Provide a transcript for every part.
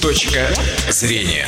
Точка зрения.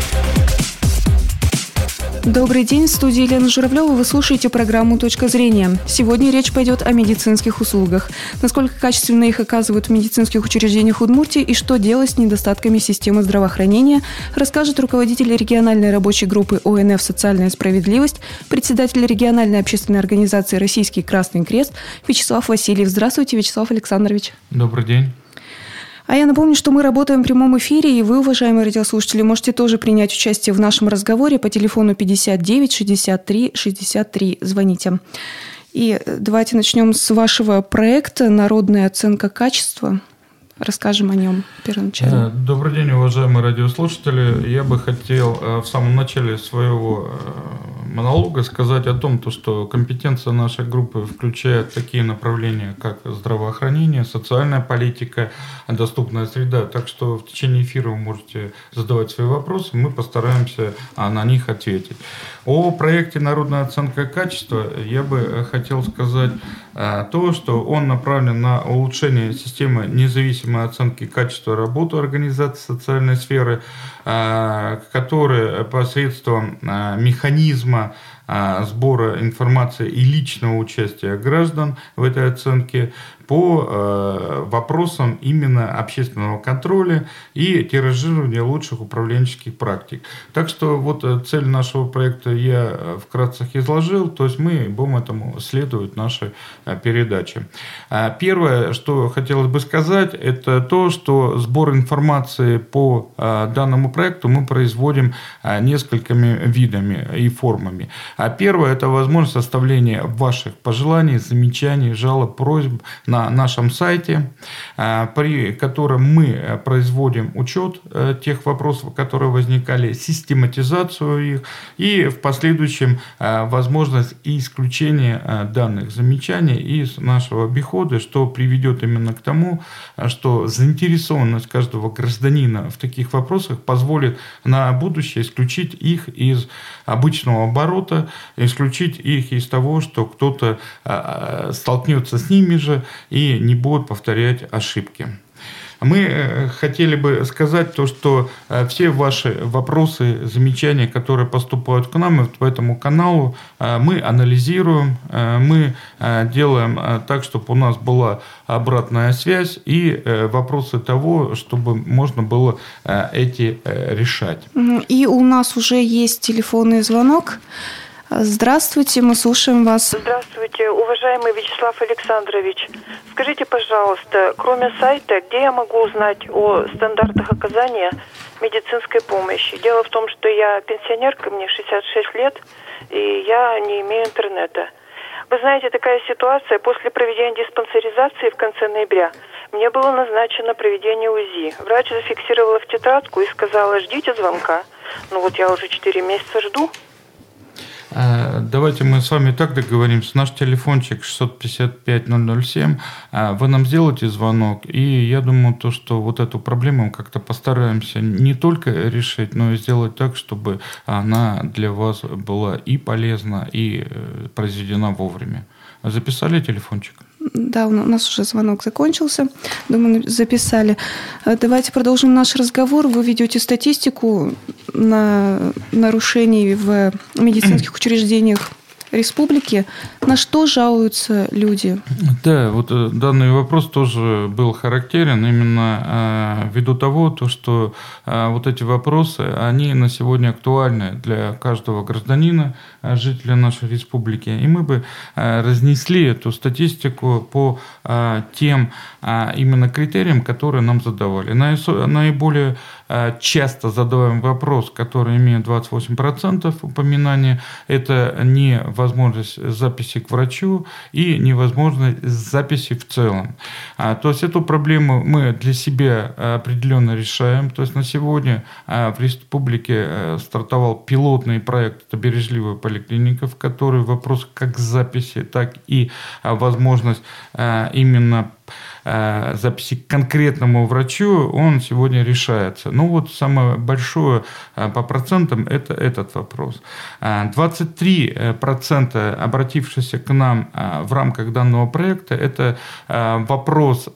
Добрый день, в студии Елена Журавлева. Вы слушаете программу «Точка зрения». Сегодня речь пойдет о медицинских услугах. Насколько качественно их оказывают в медицинских учреждениях Удмуртии и что делать с недостатками системы здравоохранения, расскажет руководитель региональной рабочей группы ОНФ «Социальная справедливость», председатель региональной общественной организации «Российский Красный Крест» Вячеслав Васильев. Здравствуйте, Вячеслав Александрович. Добрый день. А я напомню, что мы работаем в прямом эфире, и вы, уважаемые радиослушатели, можете тоже принять участие в нашем разговоре по телефону 59 63 63. Звоните. И давайте начнем с вашего проекта «Народная оценка качества». Расскажем о нем первоначально. Добрый день, уважаемые радиослушатели. Я бы хотел в самом начале своего монолога сказать о том, что компетенция нашей группы включает такие направления, как здравоохранение, социальная политика, доступная среда. Так что в течение эфира вы можете задавать свои вопросы, мы постараемся на них ответить. О проекте «Народная оценка качества» я бы хотел сказать то, что он направлен на улучшение системы независимой оценки качества работы организаций социальной сферы, которые посредством механизма сбора информации и личного участия граждан в этой оценке по вопросам именно общественного контроля и тиражирования лучших управленческих практик. Так что вот цель нашего проекта я вкратце изложил, то есть мы будем этому следовать нашей передаче. Первое, что хотелось бы сказать, это то, что сбор информации по данному проекту мы производим несколькими видами и формами. Первое – это возможность составления ваших пожеланий, замечаний, жалоб, просьб на нашем сайте, при котором мы производим учет тех вопросов, которые возникали, систематизацию их и в последующем возможность исключения данных замечаний из нашего обихода, что приведет именно к тому, что заинтересованность каждого гражданина в таких вопросах позволит на будущее исключить их из обычного оборота, исключить их из того, что кто-то столкнется с ними же и не будет повторять ошибки. Мы хотели бы сказать то, что все ваши вопросы, замечания, которые поступают к нам по этому каналу, мы анализируем, мы делаем так, чтобы у нас была обратная связь и вопросы того, чтобы можно было эти решать. И у нас уже есть телефонный звонок. Здравствуйте, мы слушаем вас. Здравствуйте, уважаемый Вячеслав Александрович. Скажите, пожалуйста, кроме сайта, где я могу узнать о стандартах оказания медицинской помощи? Дело в том, что я пенсионерка, мне 66 лет, и я не имею интернета. Вы знаете, такая ситуация, после проведения диспансеризации в конце ноября мне было назначено проведение УЗИ. Врач зафиксировала в тетрадку и сказала: ждите звонка. Ну вот я уже 4 месяца жду. Давайте мы с вами так договоримся. Наш телефончик 655-007. Вы нам сделаете звонок, и я думаю, что вот эту проблему мы как-то постараемся не только решить, но и сделать так, чтобы она для вас была и полезна, и произведена вовремя. Записали телефончик? Да, у нас уже звонок закончился. Думаю, записали. Давайте продолжим наш разговор. Вы ведете статистику на нарушений в медицинских учреждениях республики. На что жалуются люди? Да, вот данный вопрос тоже был характерен именно ввиду того, что вот эти вопросы, они на сегодня актуальны для каждого гражданина, жителя нашей республики. И мы бы разнесли эту статистику по тем именно критериям, которые нам задавали. Наиболее часто задаваем вопрос, который имеет 28% упоминания, это невозможность записи к врачу и невозможность записи в целом. То есть эту проблему мы для себя определенно решаем. То есть на сегодня в республике стартовал пилотный проект «Это бережливая поликлиника», в который вопрос как записи, так и возможность именно записи к конкретному врачу, он сегодня решается. Ну вот самое большое по процентам – это этот вопрос. 23% обратившихся к нам в рамках данного проекта – это вопрос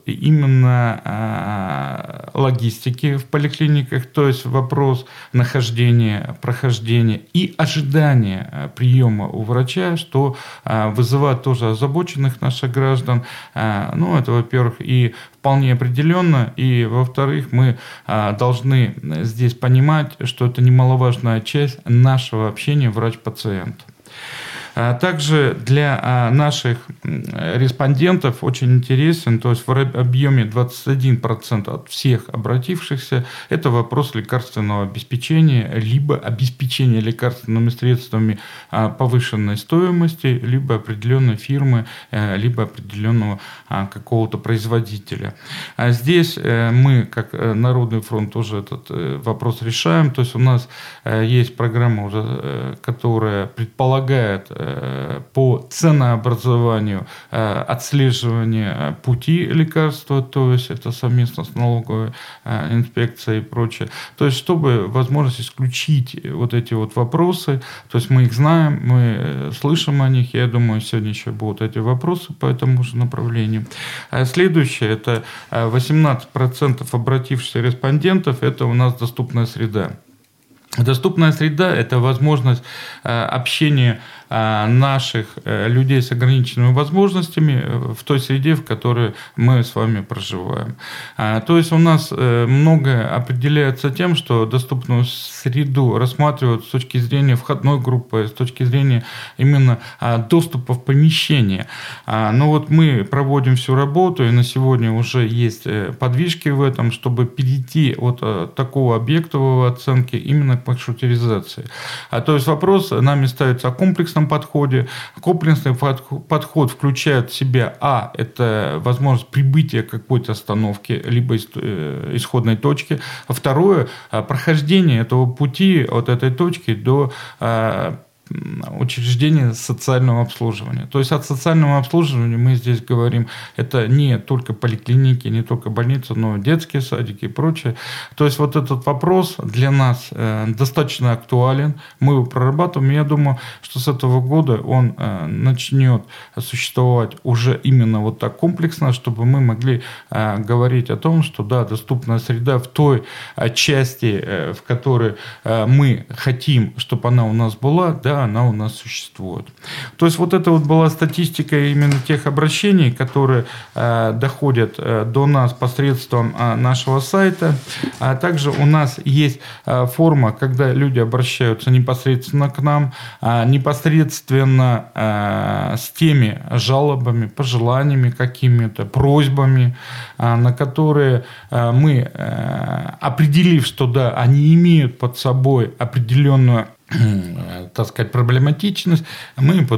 именно логистики в поликлиниках, то есть вопрос нахождения, прохождения и ожидания приема у врача, что вызывает тоже озабоченных наших граждан. Ну, это, во-первых, и вполне определенно, и, во-вторых, мы должны здесь понимать, что это немаловажная часть нашего общения врач-пациент. Также для наших респондентов очень интересен, то есть в объеме 21% от всех обратившихся, это вопрос лекарственного обеспечения, либо обеспечения лекарственными средствами повышенной стоимости, либо определенной фирмы, либо определенного какого-то производителя. Здесь мы, как Народный фронт, тоже этот вопрос решаем, то есть у нас есть программа, уже, которая предполагает по ценообразованию отслеживание пути лекарства, то есть это совместно с налоговой инспекцией и прочее. То есть чтобы возможность исключить вот эти вот вопросы, то есть мы их знаем, мы слышим о них, я думаю, сегодня еще будут эти вопросы по этому же направлению. Следующее, это 18% обратившихся респондентов, это у нас доступная среда. Доступная среда – это возможность общения наших людей с ограниченными возможностями в той среде, в которой мы с вами проживаем. То есть у нас многое определяется тем, что доступную среду рассматривают с точки зрения входной группы, с точки зрения именно доступа в помещение. Но вот мы проводим всю работу, и на сегодня уже есть подвижки в этом, чтобы перейти от такого объектового оценки именно к маршрутизации. То есть вопрос нами ставится о комплексном подходе. Комплексный подход включает в себя это возможность прибытия к какой-то остановке, либо исходной точки. А второе, прохождение этого пути от этой точки до учреждения социального обслуживания. То есть от социального обслуживания мы здесь говорим, это не только поликлиники, не только больницы, но и детские садики и прочее. То есть вот этот вопрос для нас достаточно актуален. Мы его прорабатываем. Я думаю, что с этого года он начнет существовать уже именно вот так комплексно, чтобы мы могли говорить о том, что да, доступная среда в той части, в которой мы хотим, чтобы она у нас была, да, она у нас существует. То есть вот это вот была статистика именно тех обращений, которые доходят до нас посредством нашего сайта. А также у нас есть форма, когда люди обращаются непосредственно к нам, непосредственно с теми жалобами, пожеланиями какими-то, просьбами, на которые мы, определив, что да, они имеют под собой определенную, так сказать, проблематичность, мы мы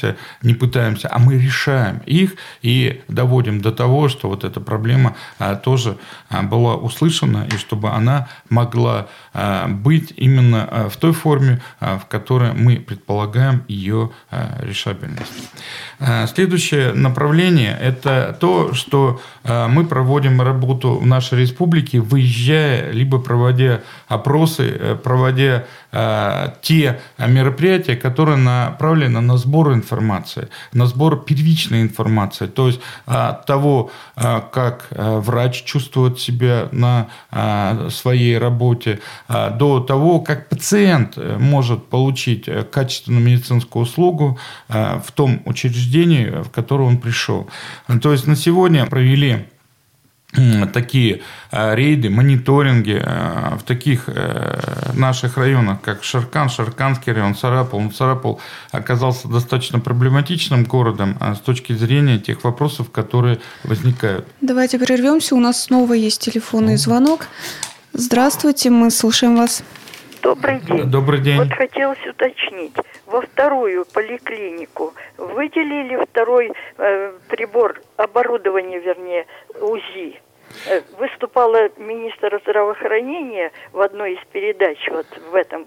решаем их и доводим до того, что вот эта проблема тоже была услышана, и чтобы она могла быть именно в той форме, в которой мы предполагаем ее решабельность. Следующее направление – это то, что мы проводим работу в нашей республике, выезжая, либо проводя опросы, проводя те мероприятия, которые направлены на сбор информации, на сбор первичной информации, то есть от того, как врач чувствует себя на своей работе, до того, как пациент может получить качественную медицинскую услугу в том учреждении, в которое он пришел. То есть на сегодня провели такие рейды, мониторинги в таких наших районах, как Шаркан, Шарканский район, Сарапул. Сарапул оказался достаточно проблематичным городом с точки зрения тех вопросов, которые возникают. Давайте прервемся. У нас снова есть телефонный звонок. Здравствуйте, мы слушаем вас. Добрый день. Добрый день. Вот хотелось уточнить. Во вторую поликлинику выделили второй прибор, оборудование, вернее, УЗИ. Выступала министр здравоохранения в одной из передач вот в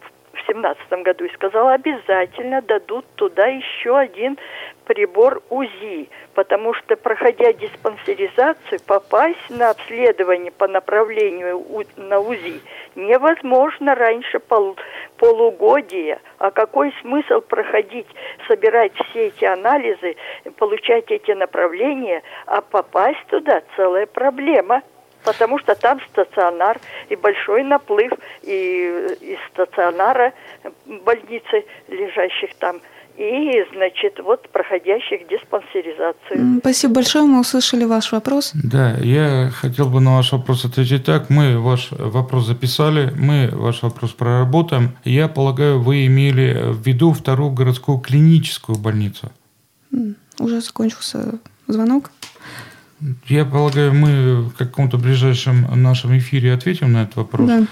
2017 году и сказала, обязательно дадут туда еще один прибор УЗИ, потому что, проходя диспансеризацию, попасть на обследование по направлению на УЗИ невозможно раньше полугодия. А какой смысл проходить, собирать все эти анализы, получать эти направления, а попасть туда целая проблема. Потому что там стационар и большой наплыв из стационара больницы, лежащих там, и, значит, вот проходящих диспансеризацию. Спасибо большое, мы услышали ваш вопрос. Да, я хотел бы на ваш вопрос ответить так. Мы ваш вопрос записали, мы ваш вопрос проработаем. Я полагаю, вы имели в виду вторую городскую клиническую больницу. Уже закончился звонок. Я полагаю, мы в каком-то ближайшем нашем эфире ответим на этот вопрос. Да.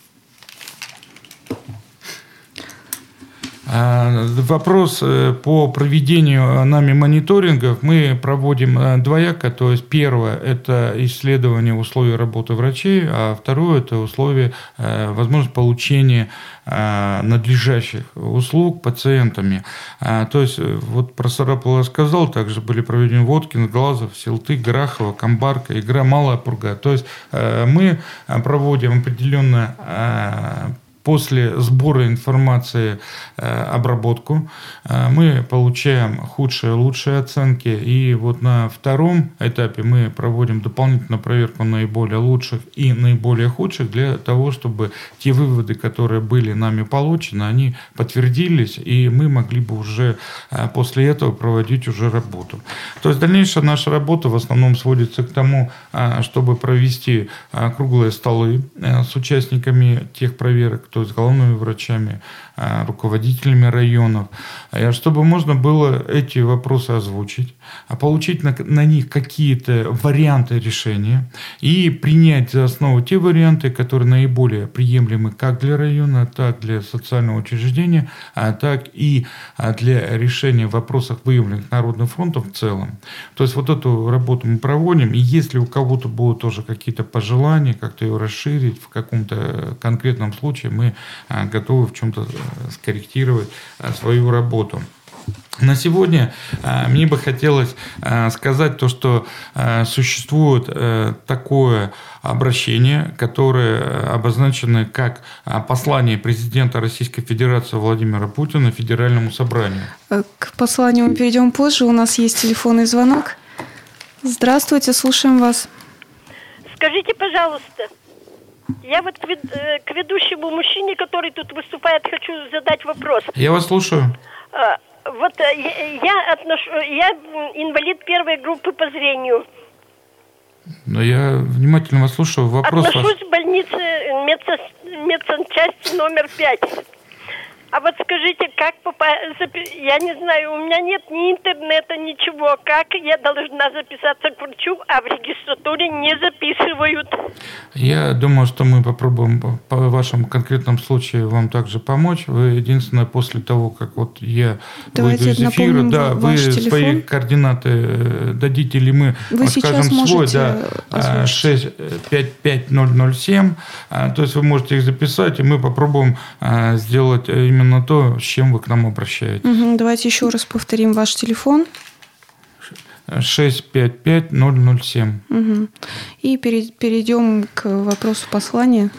Вопрос по проведению нами мониторингов мы проводим двояко. То есть первое – это исследование условий работы врачей, а второе – это условия, возможность получения надлежащих услуг пациентами. То есть, вот про Сарапула сказал, также были проведены Водкин, Глазов, Селты, Грахова, Камбарка, Игра, Малая Пурга. То есть, мы проводим определенно после сбора информации обработку, мы получаем худшие, лучшие оценки. И вот на втором этапе мы проводим дополнительную проверку наиболее лучших и наиболее худших для того, чтобы те выводы, которые были нами получены, они подтвердились, и мы могли бы уже после этого проводить уже работу. То есть дальнейшая наша работа в основном сводится к тому, чтобы провести круглые столы с участниками тех проверок, то есть главными врачами, руководителями районов, чтобы можно было эти вопросы озвучить, получить на них какие-то варианты решения и принять за основу те варианты, которые наиболее приемлемы как для района, так для социального учреждения, так и для решения вопросов, выявленных Народным фронтом в целом. То есть вот эту работу мы проводим, и если у кого-то будут тоже какие-то пожелания, как-то ее расширить в каком-то конкретном случае, мы готовы в чем-то скорректировать свою работу. На сегодня мне бы хотелось сказать то, что существует такое обращение, которое обозначено как послание президента Российской Федерации Владимира Путина Федеральному собранию. К посланию мы перейдем позже. У нас есть телефонный звонок. Здравствуйте, слушаем вас. Скажите, пожалуйста, я вот к ведущему мужчине, который тут выступает, хочу задать вопрос. Я вас слушаю. Вот я инвалид первой группы по зрению. Но я внимательно вас слушаю. Вопрос отношусь в больнице медсанчасти номер 5. А вот скажите, как я не знаю, у меня нет ни интернета, ничего. Как я должна записаться к врачу, а в регистратуре не записывают? Я думаю, что мы попробуем по вашему конкретному случаю вам также помочь. Вы единственное, после того, как вот я выйду из эфира, да, вы свои координаты дадите, или мы скажем свой, да, 655007. То есть вы можете их записать, и мы попробуем сделать именно то, с чем вы к нам обращаетесь. Давайте еще раз повторим ваш телефон. 655007. И перейдем к вопросу послания.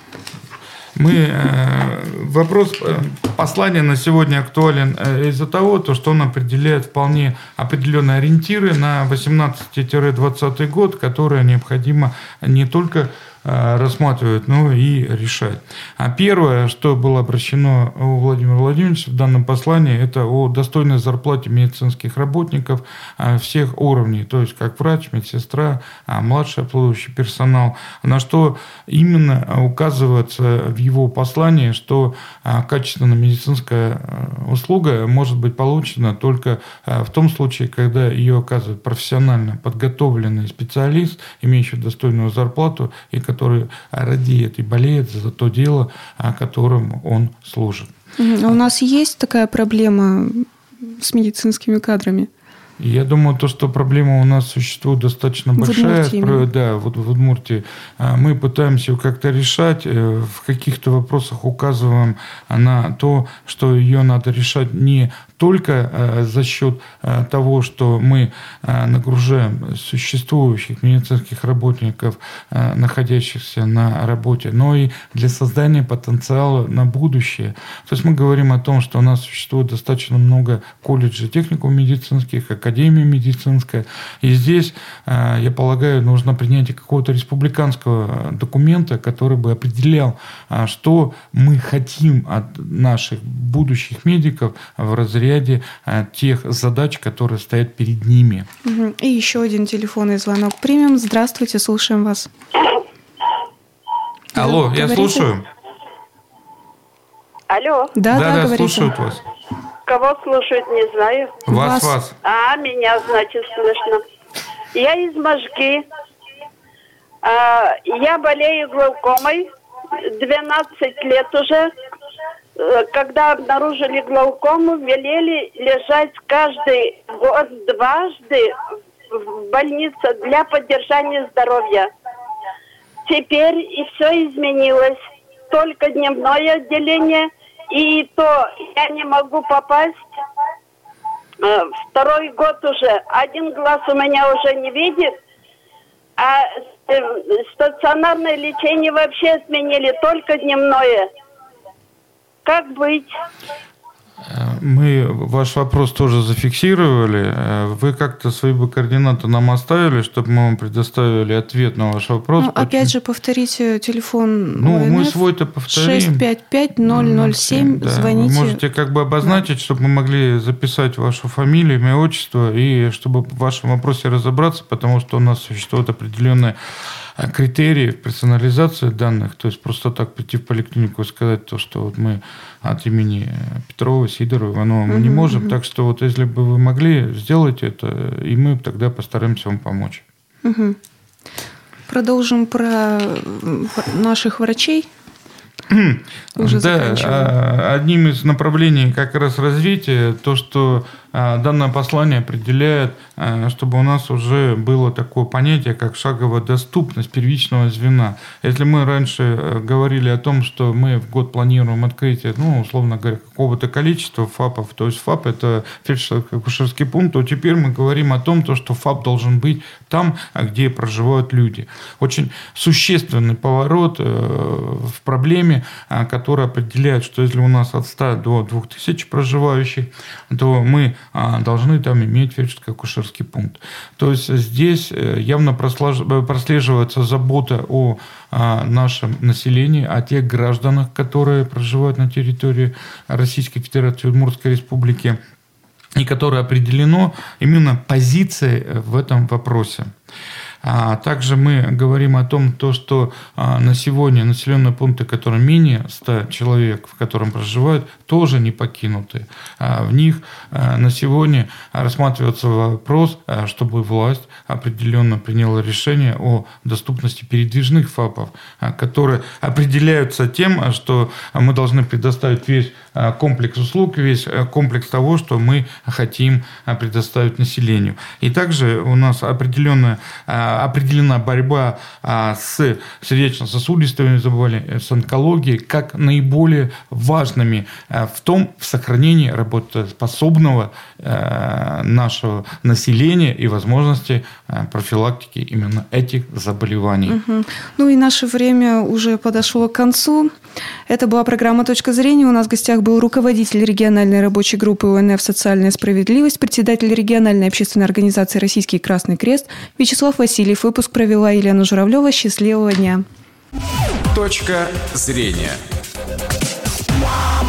Вопрос послания на сегодня актуален из-за того, что он определяет вполне определенные ориентиры на 18-20 год, которые необходимо не только рассматривать, но и решать. А первое, что было обращено у Владимира Владимировича в данном послании, это о достойной зарплате медицинских работников всех уровней, то есть как врач, медсестра, младший обслуживающий персонал, на что именно указывается в его послании, что качественная медицинская услуга может быть получена только в том случае, когда ее оказывает профессионально подготовленный специалист, имеющий достойную зарплату и который радеет и болеет за то дело, которым он служит. У нас есть такая проблема с медицинскими кадрами? Я думаю, что проблема у нас существует достаточно большая. В Удмуртии. Мы пытаемся ее как-то решать. В каких-то вопросах указываем на то, что ее надо решать не только за счет того, что мы нагружаем существующих медицинских работников, находящихся на работе, но и для создания потенциала на будущее. То есть мы говорим о том, что у нас существует достаточно много колледжей, техникум медицинских, академия медицинская. И здесь, я полагаю, нужно принятие какого-то республиканского документа, который бы определял, что мы хотим от наших будущих медиков в разряде тех задач, которые стоят перед ними. И еще один телефонный звонок примем. Здравствуйте, слушаем вас. Алло, я слушаю. Алло. Да, слушают вас. Кого слушают, не знаю. Вас. Меня, значит, слышно. Я из Можги. Я болею глаукомой 12 лет уже. Когда обнаружили глаукому, велели лежать каждый год дважды в больнице для поддержания здоровья. Теперь и все изменилось. Только дневное отделение, и то я не могу попасть. Второй год уже. Один глаз у меня уже не видит, а стационарное лечение вообще отменили, только дневное. Как быть? Мы ваш вопрос тоже зафиксировали. Вы как-то свои бы координаты нам оставили, чтобы мы вам предоставили ответ на ваш вопрос. Опять же, повторите телефон мы свой-то повторим. 655-007. Звоните. Вы можете обозначить, чтобы мы могли записать вашу фамилию, имя, отчество, и чтобы в вашем вопросе разобраться, потому что у нас существует определенная критерии персонализации данных, то есть просто так прийти в поликлинику и сказать то, что мы от имени Петрова, Сидорова, Иванова мы не можем, так что если бы вы могли, сделайте это, и мы тогда постараемся вам помочь. Продолжим про наших врачей. Уже одним из направлений как раз развития то, что данное послание определяет, чтобы у нас уже было такое понятие, как шаговая доступность первичного звена. Если мы раньше говорили о том, что мы в год планируем открытие, условно говоря, какого-то количества ФАПов, то есть ФАП – это фельдшерско-акушерский пункт, то теперь мы говорим о том, что ФАП должен быть там, где проживают люди. Очень существенный поворот в проблеме, который определяет, что если у нас от 100 до 2000 проживающих, то мы должны там иметь фельдшерско-акушерский пункт. То есть здесь явно прослеживается забота о нашем населении, о тех гражданах, которые проживают на территории Российской Федерации, Удмуртской Республики, и которое определено именно позицией в этом вопросе. Также мы говорим о том, что на сегодня населенные пункты, которые менее 100 человек, в котором проживают, тоже не покинуты. В них на сегодня рассматривается вопрос, чтобы власть определенно приняла решение о доступности передвижных ФАПов, которые определяются тем, что мы должны предоставить весь комплекс услуг, весь комплекс того, что мы хотим предоставить населению. И также у нас определена борьба с сердечно-сосудистыми заболеваниями, с онкологией, как наиболее важными в сохранении работоспособного нашего населения и возможности профилактики именно этих заболеваний. И наше время уже подошло к концу. Это была программа «Точка зрения». У нас в гостях был руководитель региональной рабочей группы УНФ «Социальная справедливость», председатель региональной общественной организации «Российский Красный Крест» Вячеслав Васильев. Выпуск провела Елена Журавлева. Счастливого дня. Точка зрения.